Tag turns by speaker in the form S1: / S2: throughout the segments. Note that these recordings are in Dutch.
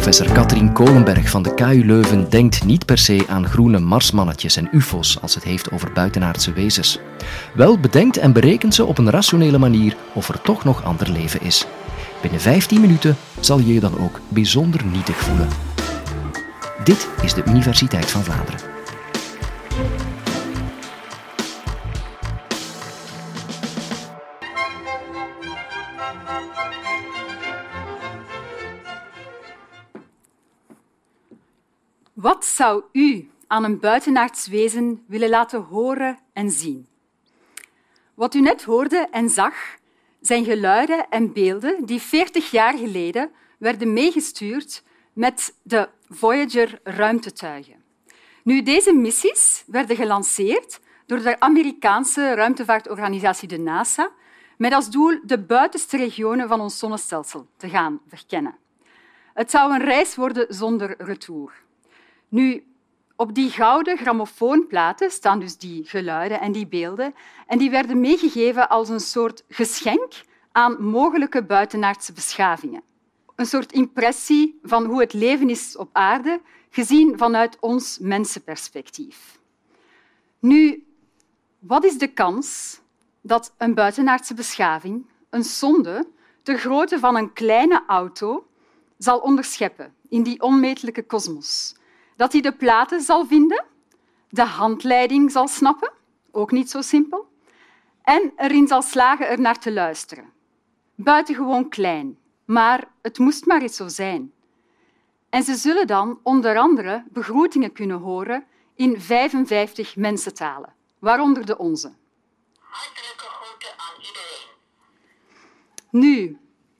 S1: Professor Katrien Kolenberg van de KU Leuven denkt niet per se aan groene marsmannetjes en ufo's als het heeft over buitenaardse wezens. Wel bedenkt en berekent ze op een rationele manier of er toch nog ander leven is. Binnen 15 minuten zal je je dan ook bijzonder nietig voelen. Dit is de Universiteit van Vlaanderen.
S2: Wat zou u aan een buitenaards wezen willen laten horen en zien? Wat u net hoorde en zag, zijn geluiden en beelden die 40 jaar geleden werden meegestuurd met de Voyager-ruimtetuigen. Nu, deze missies werden gelanceerd door de Amerikaanse ruimtevaartorganisatie de NASA met als doel de buitenste regionen van ons zonnestelsel te gaan verkennen. Het zou een reis worden zonder retour. Nu, op die gouden grammofoonplaten staan dus die geluiden en die beelden en die werden meegegeven als een soort geschenk aan mogelijke buitenaardse beschavingen. Een soort impressie van hoe het leven is op aarde, gezien vanuit ons mensenperspectief. Nu, wat is de kans dat een buitenaardse beschaving een sonde ter grootte van een kleine auto zal onderscheppen in die onmetelijke kosmos? Dat hij de platen zal vinden, de handleiding zal snappen, ook niet zo simpel, en erin zal slagen er naar te luisteren. Buitengewoon klein, maar het moest maar eens zo zijn. En ze zullen dan onder andere begroetingen kunnen horen in 55 mensentalen, waaronder de onze.
S3: Hartelijke groeten aan iedereen.
S2: Nu,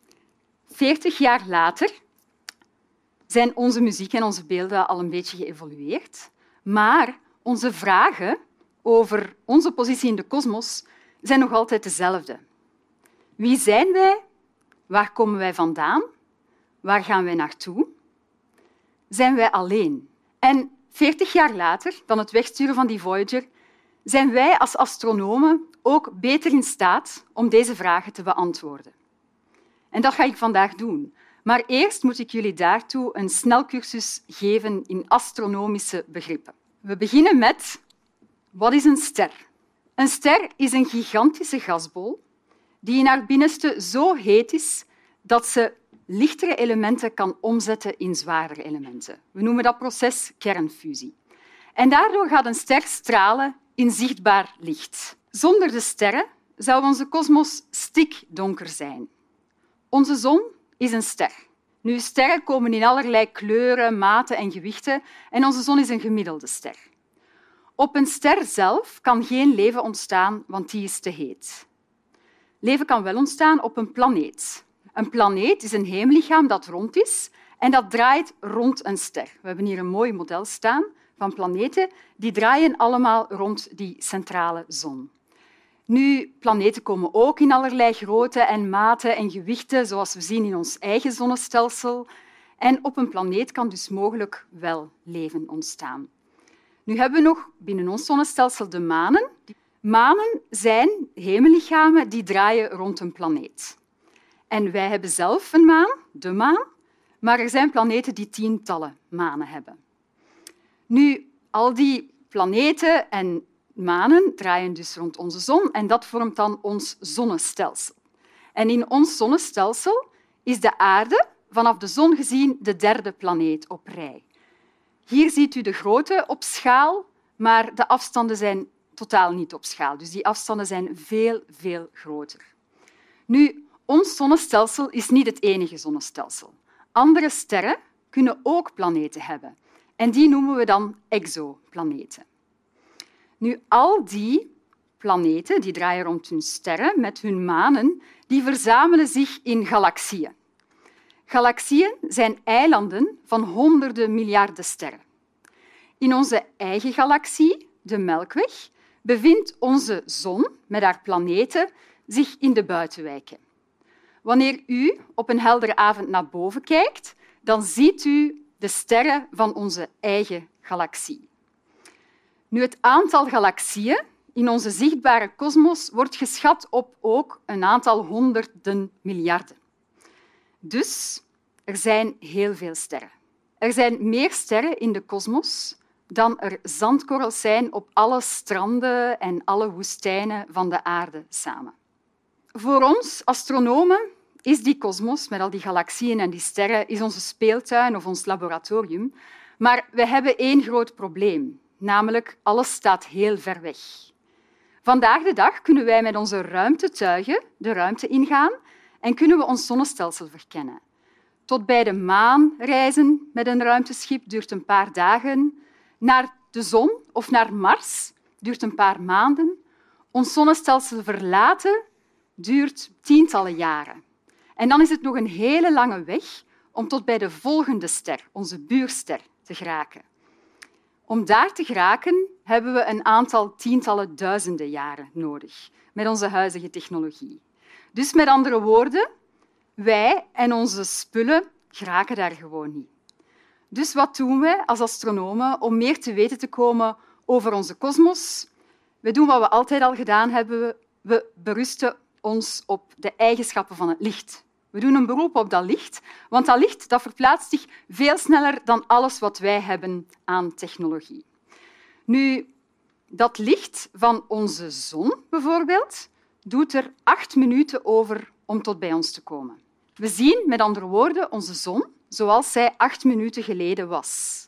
S2: 40 jaar later zijn onze muziek en onze beelden al een beetje geëvolueerd. Maar onze vragen over onze positie in de kosmos zijn nog altijd dezelfde. Wie zijn wij? Waar komen wij vandaan? Waar gaan wij naartoe? Zijn wij alleen? En 40 jaar later, dan het wegsturen van die Voyager, zijn wij als astronomen ook beter in staat om deze vragen te beantwoorden. En dat ga ik vandaag doen. Maar eerst moet ik jullie daartoe een snelcursus geven in astronomische begrippen. We beginnen met: wat is een ster? Een ster is een gigantische gasbol die in haar binnenste zo heet is dat ze lichtere elementen kan omzetten in zwaardere elementen. We noemen dat proces kernfusie. En daardoor gaat een ster stralen in zichtbaar licht. Zonder de sterren zou onze kosmos stikdonker zijn. Onze zon is een ster. Nu, sterren komen in allerlei kleuren, maten en gewichten en onze zon is een gemiddelde ster. Op een ster zelf kan geen leven ontstaan, want die is te heet. Leven kan wel ontstaan op een planeet. Een planeet is een hemellichaam dat rond is en dat draait rond een ster. We hebben hier een mooi model staan van planeten die draaien allemaal rond die centrale zon. Nu, planeten komen ook in allerlei grootte en maten en gewichten, zoals we zien in ons eigen zonnestelsel. En op een planeet kan dus mogelijk wel leven ontstaan. Nu hebben we nog binnen ons zonnestelsel de manen. Manen zijn hemellichamen die draaien rond een planeet. En wij hebben zelf een maan, de maan, maar er zijn planeten die tientallen manen hebben. Nu, al die planeten en manen draaien dus rond onze zon en dat vormt dan ons zonnestelsel. En in ons zonnestelsel is de aarde vanaf de zon gezien de derde planeet op rij. Hier ziet u de grootte op schaal, maar de afstanden zijn totaal niet op schaal. Dus die afstanden zijn veel, veel groter. Nu, ons zonnestelsel is niet het enige zonnestelsel. Andere sterren kunnen ook planeten hebben. En die noemen we dan exoplaneten. Nu, al die planeten die draaien rond hun sterren met hun manen, die verzamelen zich in galaxieën. Galaxieën zijn eilanden van honderden miljarden sterren. In onze eigen galaxie, de Melkweg, bevindt onze zon met haar planeten zich in de buitenwijken. Wanneer u op een heldere avond naar boven kijkt, dan ziet u de sterren van onze eigen galaxie. Nu, het aantal galaxieën in onze zichtbare kosmos wordt geschat op ook een aantal honderden miljarden. Dus er zijn heel veel sterren. Er zijn meer sterren in de kosmos dan er zandkorrels zijn op alle stranden en alle woestijnen van de aarde samen. Voor ons, astronomen, is die kosmos met al die galaxieën en die sterren is onze speeltuin of ons laboratorium. Maar we hebben één groot probleem, namelijk alles staat heel ver weg. Vandaag de dag kunnen wij met onze ruimtetuigen de ruimte ingaan en kunnen we ons zonnestelsel verkennen. Tot bij de maan reizen met een ruimteschip duurt een paar dagen. Naar de zon of naar Mars duurt een paar maanden. Ons zonnestelsel verlaten duurt tientallen jaren. En dan is het nog een hele lange weg om tot bij de volgende ster, onze buurster, te geraken. Om daar te geraken hebben we een aantal tientallen duizenden jaren nodig met onze huidige technologie. Dus met andere woorden, wij en onze spullen geraken daar gewoon niet. Dus wat doen wij als astronomen om meer te weten te komen over onze kosmos? We doen wat we altijd al gedaan hebben. We berusten ons op de eigenschappen van het licht. We doen een beroep op dat licht, want dat licht dat verplaatst zich veel sneller dan alles wat wij hebben aan technologie. Nu, dat licht van onze zon bijvoorbeeld doet er 8 minuten over om tot bij ons te komen. We zien, met andere woorden, onze zon zoals zij 8 minuten geleden was.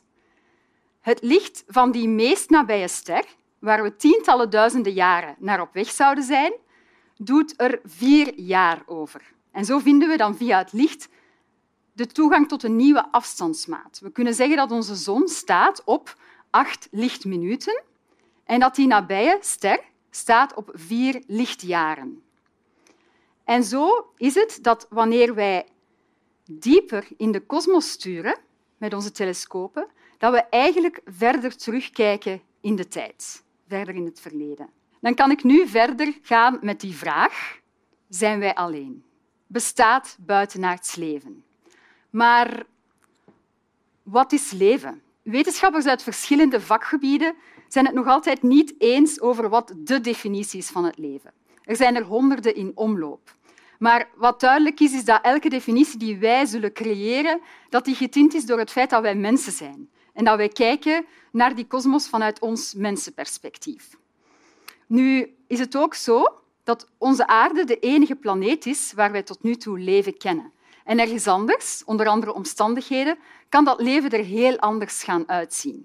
S2: Het licht van die meest nabije ster, waar we tientallen duizenden jaren naar op weg zouden zijn, doet er 4 jaar over. En zo vinden we dan via het licht de toegang tot een nieuwe afstandsmaat. We kunnen zeggen dat onze zon staat op 8 lichtminuten en dat die nabije ster staat op 4 lichtjaren. En zo is het dat wanneer wij dieper in de kosmos sturen met onze telescopen, dat we eigenlijk verder terugkijken in de tijd, verder in het verleden. Dan kan ik nu verder gaan met die vraag: zijn wij alleen? Bestaat buitenaards leven? Maar wat is leven? Wetenschappers uit verschillende vakgebieden zijn het nog altijd niet eens over wat de definitie is van het leven. Er zijn er honderden in omloop. Maar wat duidelijk is, is dat elke definitie die wij zullen creëren, dat die getint is door het feit dat wij mensen zijn en dat wij kijken naar die kosmos vanuit ons mensenperspectief. Nu is het ook zo dat onze aarde de enige planeet is waar wij tot nu toe leven kennen. En ergens anders, onder andere omstandigheden, kan dat leven er heel anders gaan uitzien.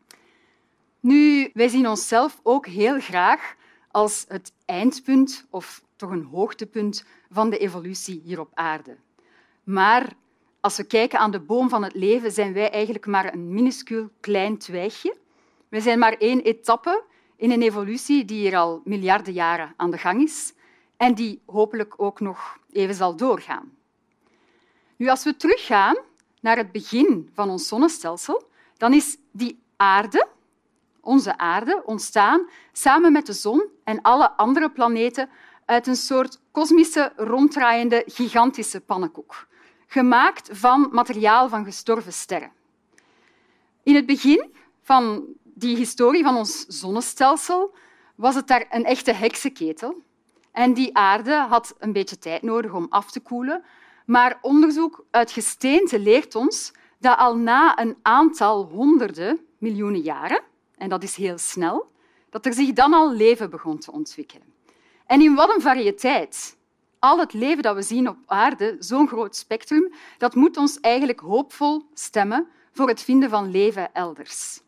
S2: Nu, wij zien onszelf ook heel graag als het eindpunt of toch een hoogtepunt van de evolutie hier op aarde. Maar als we kijken aan de boom van het leven, zijn wij eigenlijk maar een minuscuul klein twijgje. Wij zijn maar 1 etappe in een evolutie die hier al miljarden jaren aan de gang is en die hopelijk ook nog even zal doorgaan. Nu, als we teruggaan naar het begin van ons zonnestelsel, dan is die aarde, onze aarde, ontstaan samen met de zon en alle andere planeten uit een soort kosmische, ronddraaiende, gigantische pannenkoek, gemaakt van materiaal van gestorven sterren. In het begin van die historie van ons zonnestelsel was het daar een echte heksenketel. En die aarde had een beetje tijd nodig om af te koelen. Maar onderzoek uit gesteente leert ons dat al na een aantal honderden miljoenen jaren, en dat is heel snel, dat er zich dan al leven begon te ontwikkelen. En in wat een variëteit. Al het leven dat we zien op aarde, zo'n groot spectrum, dat moet ons eigenlijk hoopvol stemmen voor het vinden van leven elders.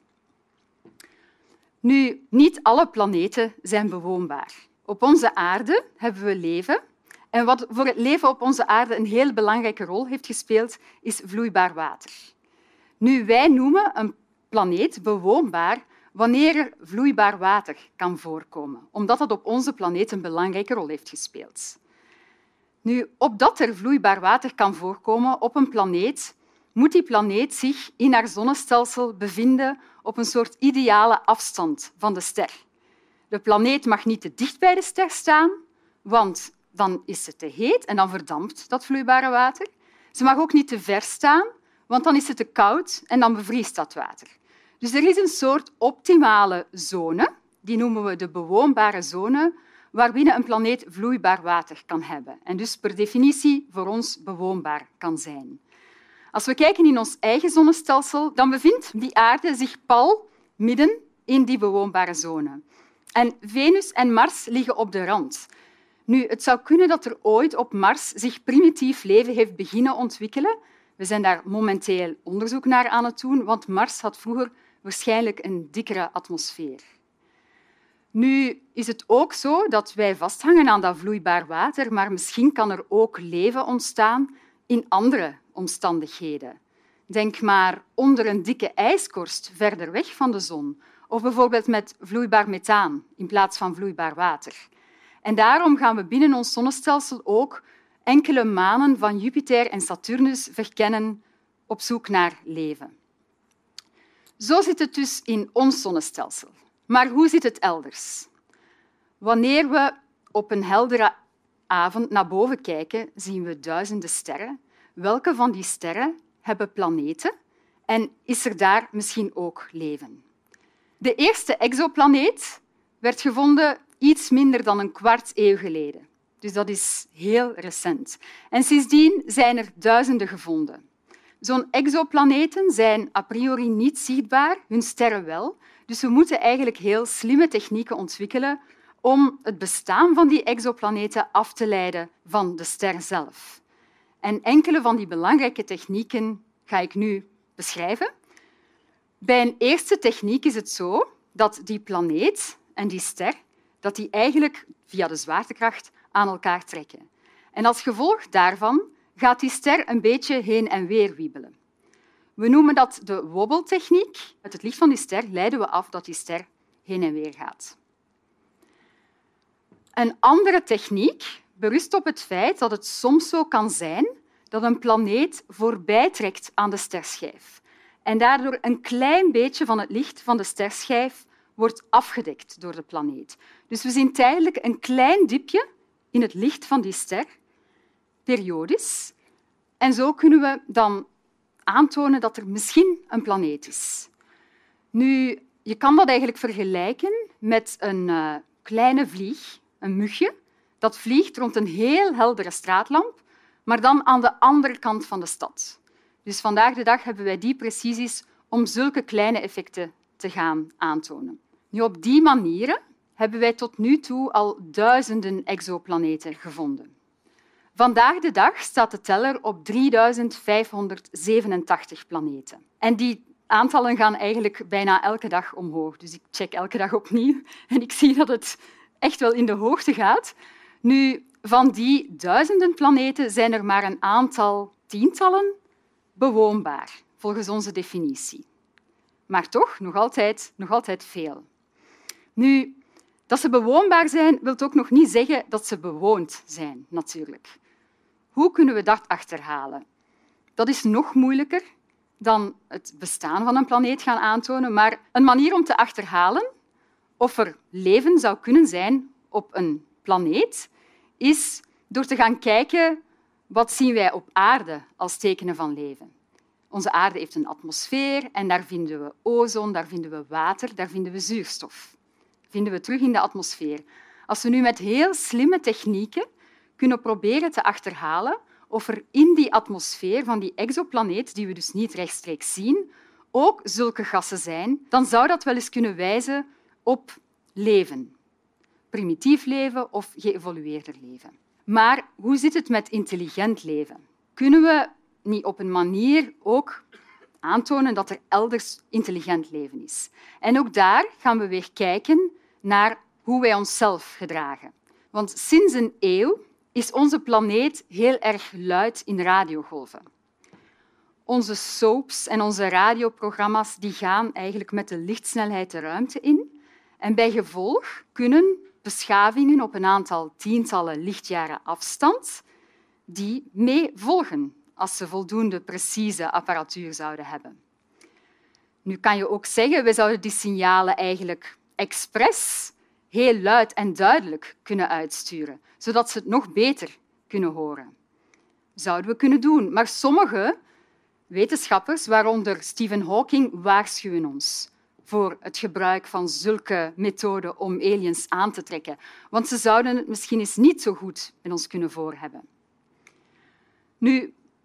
S2: Nu, niet alle planeten zijn bewoonbaar. Op onze aarde hebben we leven. En wat voor het leven op onze aarde een heel belangrijke rol heeft gespeeld, is vloeibaar water. Nu, wij noemen een planeet bewoonbaar wanneer er vloeibaar water kan voorkomen, omdat dat op onze planeet een belangrijke rol heeft gespeeld. Nu, opdat er vloeibaar water kan voorkomen op een planeet, moet die planeet zich in haar zonnestelsel bevinden op een soort ideale afstand van de ster. De planeet mag niet te dicht bij de ster staan, want dan is het te heet en dan verdampt dat vloeibare water. Ze mag ook niet te ver staan, want dan is het te koud en dan bevriest dat water. Dus er is een soort optimale zone, die noemen we de bewoonbare zone, waarbinnen een planeet vloeibaar water kan hebben en dus per definitie voor ons bewoonbaar kan zijn. Als we kijken in ons eigen zonnestelsel, dan bevindt die aarde zich pal midden in die bewoonbare zone. En Venus en Mars liggen op de rand. Nu, het zou kunnen dat er ooit op Mars zich primitief leven heeft beginnen ontwikkelen. We zijn daar momenteel onderzoek naar aan het doen, want Mars had vroeger waarschijnlijk een dikkere atmosfeer. Nu is het ook zo dat wij vasthangen aan dat vloeibaar water, maar misschien kan er ook leven ontstaan in andere omstandigheden. Denk maar onder een dikke ijskorst verder weg van de zon, of bijvoorbeeld met vloeibaar methaan in plaats van vloeibaar water. En daarom gaan we binnen ons zonnestelsel ook enkele manen van Jupiter en Saturnus verkennen op zoek naar leven. Zo zit het dus in ons zonnestelsel. Maar hoe zit het elders? Wanneer we op een heldere avond naar boven kijken, zien we duizenden sterren. Welke van die sterren hebben planeten? En is er daar misschien ook leven? De eerste exoplaneet werd gevonden iets minder dan een kwart eeuw geleden. Dus dat is heel recent. En sindsdien zijn er duizenden gevonden. Zo'n exoplaneten zijn a priori niet zichtbaar, hun sterren wel. Dus we moeten eigenlijk heel slimme technieken ontwikkelen om het bestaan van die exoplaneten af te leiden van de ster zelf. En enkele van die belangrijke technieken ga ik nu beschrijven. Bij een eerste techniek is het zo dat die planeet en die ster dat die eigenlijk via de zwaartekracht aan elkaar trekken. En als gevolg daarvan gaat die ster een beetje heen en weer wiebelen. We noemen dat de wobbeltechniek. Uit het licht van die ster leiden we af dat die ster heen en weer gaat. Een andere techniek berust op het feit dat het soms zo kan zijn dat een planeet voorbijtrekt aan de sterschijf en daardoor een klein beetje van het licht van de sterschijf wordt afgedekt door de planeet. Dus we zien tijdelijk een klein dipje in het licht van die ster, periodisch. En zo kunnen we dan aantonen dat er misschien een planeet is. Nu, je kan dat eigenlijk vergelijken met een kleine vlieg, een mugje, dat vliegt rond een heel heldere straatlamp, maar dan aan de andere kant van de stad. Dus vandaag de dag hebben wij die precisies om zulke kleine effecten te gaan aantonen. Nu, op die manieren hebben wij tot nu toe al duizenden exoplaneten gevonden. Vandaag de dag staat de teller op 3587 planeten. En die aantallen gaan eigenlijk bijna elke dag omhoog. Dus ik check elke dag opnieuw en ik zie dat het echt wel in de hoogte gaat. Nu, van die duizenden planeten zijn er maar een aantal tientallen bewoonbaar, volgens onze definitie. Maar toch nog altijd veel. Nu, dat ze bewoonbaar zijn, wil ook nog niet zeggen dat ze bewoond zijn, natuurlijk. Hoe kunnen we dat achterhalen? Dat is nog moeilijker dan het bestaan van een planeet gaan aantonen, maar een manier om te achterhalen of er leven zou kunnen zijn op een planeet is door te gaan kijken wat zien wij op aarde als tekenen van leven. Onze aarde heeft een atmosfeer en daar vinden we ozon, daar vinden we water, daar vinden we zuurstof. Dat vinden we terug in de atmosfeer. Als we nu met heel slimme technieken kunnen proberen te achterhalen of er in die atmosfeer van die exoplaneet, die we dus niet rechtstreeks zien, ook zulke gassen zijn, dan zou dat wel eens kunnen wijzen op leven. Primitief leven of geëvolueerder leven. Maar hoe zit het met intelligent leven? Kunnen we niet op een manier ook aantonen dat er elders intelligent leven is? En ook daar gaan we weer kijken naar hoe wij onszelf gedragen. Want sinds een eeuw is onze planeet heel erg luid in radiogolven. Onze soaps en onze radioprogramma's die gaan eigenlijk met de lichtsnelheid de ruimte in. En bij gevolg kunnen beschavingen op een aantal tientallen lichtjaren afstand die mee volgen als ze voldoende precieze apparatuur zouden hebben. Nu kan je ook zeggen, we zouden die signalen eigenlijk expres heel luid en duidelijk kunnen uitsturen, zodat ze het nog beter kunnen horen. Zouden we kunnen doen, maar sommige wetenschappers, waaronder Stephen Hawking, waarschuwen ons voor het gebruik van zulke methoden om aliens aan te trekken, want ze zouden het misschien eens niet zo goed met ons kunnen voorhebben. Nu,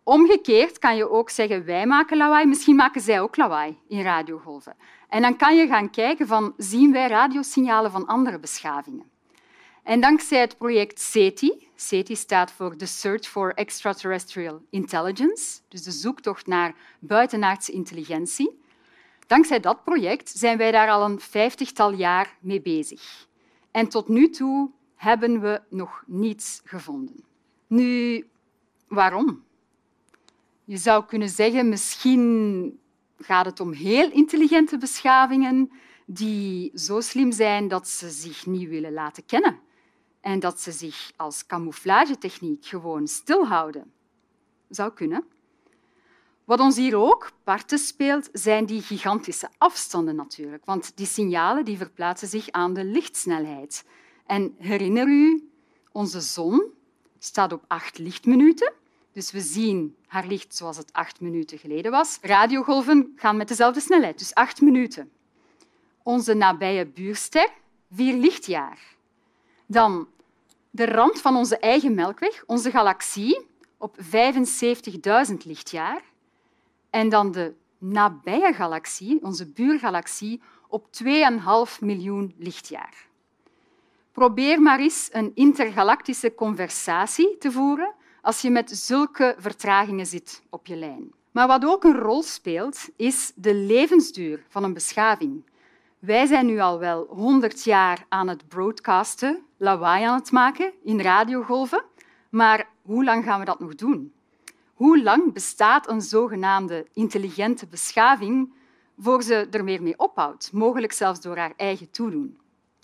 S2: Omgekeerd kan je ook zeggen, wij maken lawaai, misschien maken zij ook lawaai in radiogolven. En dan kan je gaan kijken van, zien wij radiosignalen van andere beschavingen? En dankzij het project SETI, SETI staat voor The Search for Extraterrestrial Intelligence, dus de zoektocht naar buitenaardse intelligentie. Dankzij dat project zijn wij daar al een 50-tal jaar mee bezig. En tot nu toe hebben we nog niets gevonden. Nu, waarom? Je zou kunnen zeggen, misschien gaat het om heel intelligente beschavingen die zo slim zijn dat ze zich niet willen laten kennen en dat ze zich als camouflagetechniek gewoon stilhouden. Zou kunnen. Wat ons hier ook parten speelt, zijn die gigantische afstanden natuurlijk, want die signalen die verplaatsen zich aan de lichtsnelheid. En herinner u, onze zon staat op 8 lichtminuten. Dus we zien haar licht zoals het 8 minuten geleden was. Radiogolven gaan met dezelfde snelheid, dus 8 minuten. Onze nabije buurster, 4 lichtjaar. Dan de rand van onze eigen Melkweg, onze galaxie, op 75.000 lichtjaar. En dan de nabije galaxie, onze buurgalaxie, op 2,5 miljoen lichtjaar. Probeer maar eens een intergalactische conversatie te voeren als je met zulke vertragingen zit op je lijn. Maar wat ook een rol speelt, is de levensduur van een beschaving. Wij zijn nu al wel 100 jaar aan het broadcasten, lawaai aan het maken in radiogolven. Maar hoe lang gaan we dat nog doen? Hoe lang bestaat een zogenaamde intelligente beschaving voor ze er meer mee ophoudt, mogelijk zelfs door haar eigen toedoen?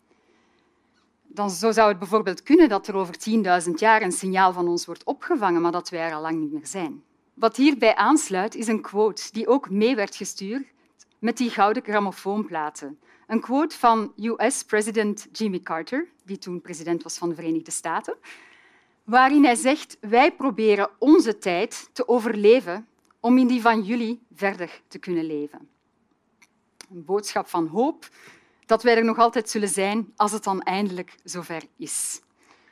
S2: Dan zo zou het bijvoorbeeld kunnen dat er over 10.000 jaar een signaal van ons wordt opgevangen, maar dat wij er al lang niet meer zijn. Wat hierbij aansluit, is een quote die ook mee werd gestuurd met die gouden grammofoonplaten. Een quote van US-president Jimmy Carter, die toen president was van de Verenigde Staten, waarin hij zegt, wij proberen onze tijd te overleven om in die van jullie verder te kunnen leven. Een boodschap van hoop dat wij er nog altijd zullen zijn als het dan eindelijk zover is.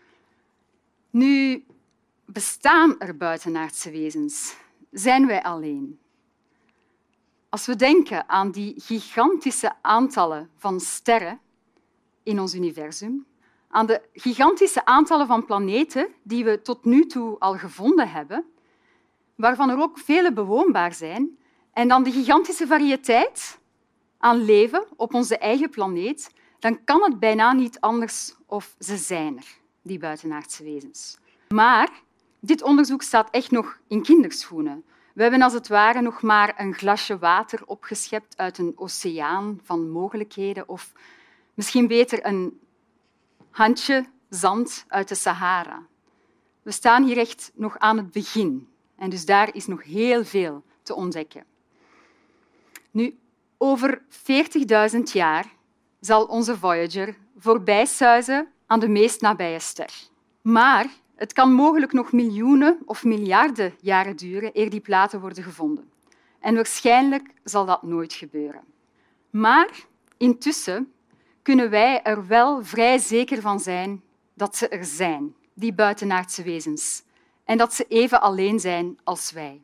S2: Nu, bestaan er buitenaardse wezens? Zijn wij alleen? Als we denken aan die gigantische aantallen van sterren in ons universum, aan de gigantische aantallen van planeten die we tot nu toe al gevonden hebben, waarvan er ook vele bewoonbaar zijn, en dan de gigantische variëteit aan leven op onze eigen planeet, dan kan het bijna niet anders of ze zijn er, die buitenaardse wezens. Maar dit onderzoek staat echt nog in kinderschoenen. We hebben als het ware nog maar een glasje water opgeschept uit een oceaan van mogelijkheden of misschien beter een handje zand uit de Sahara. We staan hier echt nog aan het begin en dus daar is nog heel veel te ontdekken. Nu, over 40.000 jaar zal onze Voyager voorbijsuizen aan de meest nabije ster. Maar het kan mogelijk nog miljoenen of miljarden jaren duren eer die platen worden gevonden. En waarschijnlijk zal dat nooit gebeuren. Maar intussen kunnen wij er wel vrij zeker van zijn dat ze er zijn, die buitenaardse wezens, en dat ze even alleen zijn als wij.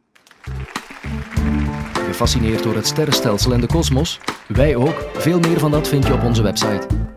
S1: Gefascineerd door het sterrenstelsel en de kosmos? Wij ook. Veel meer van dat vind je op onze website.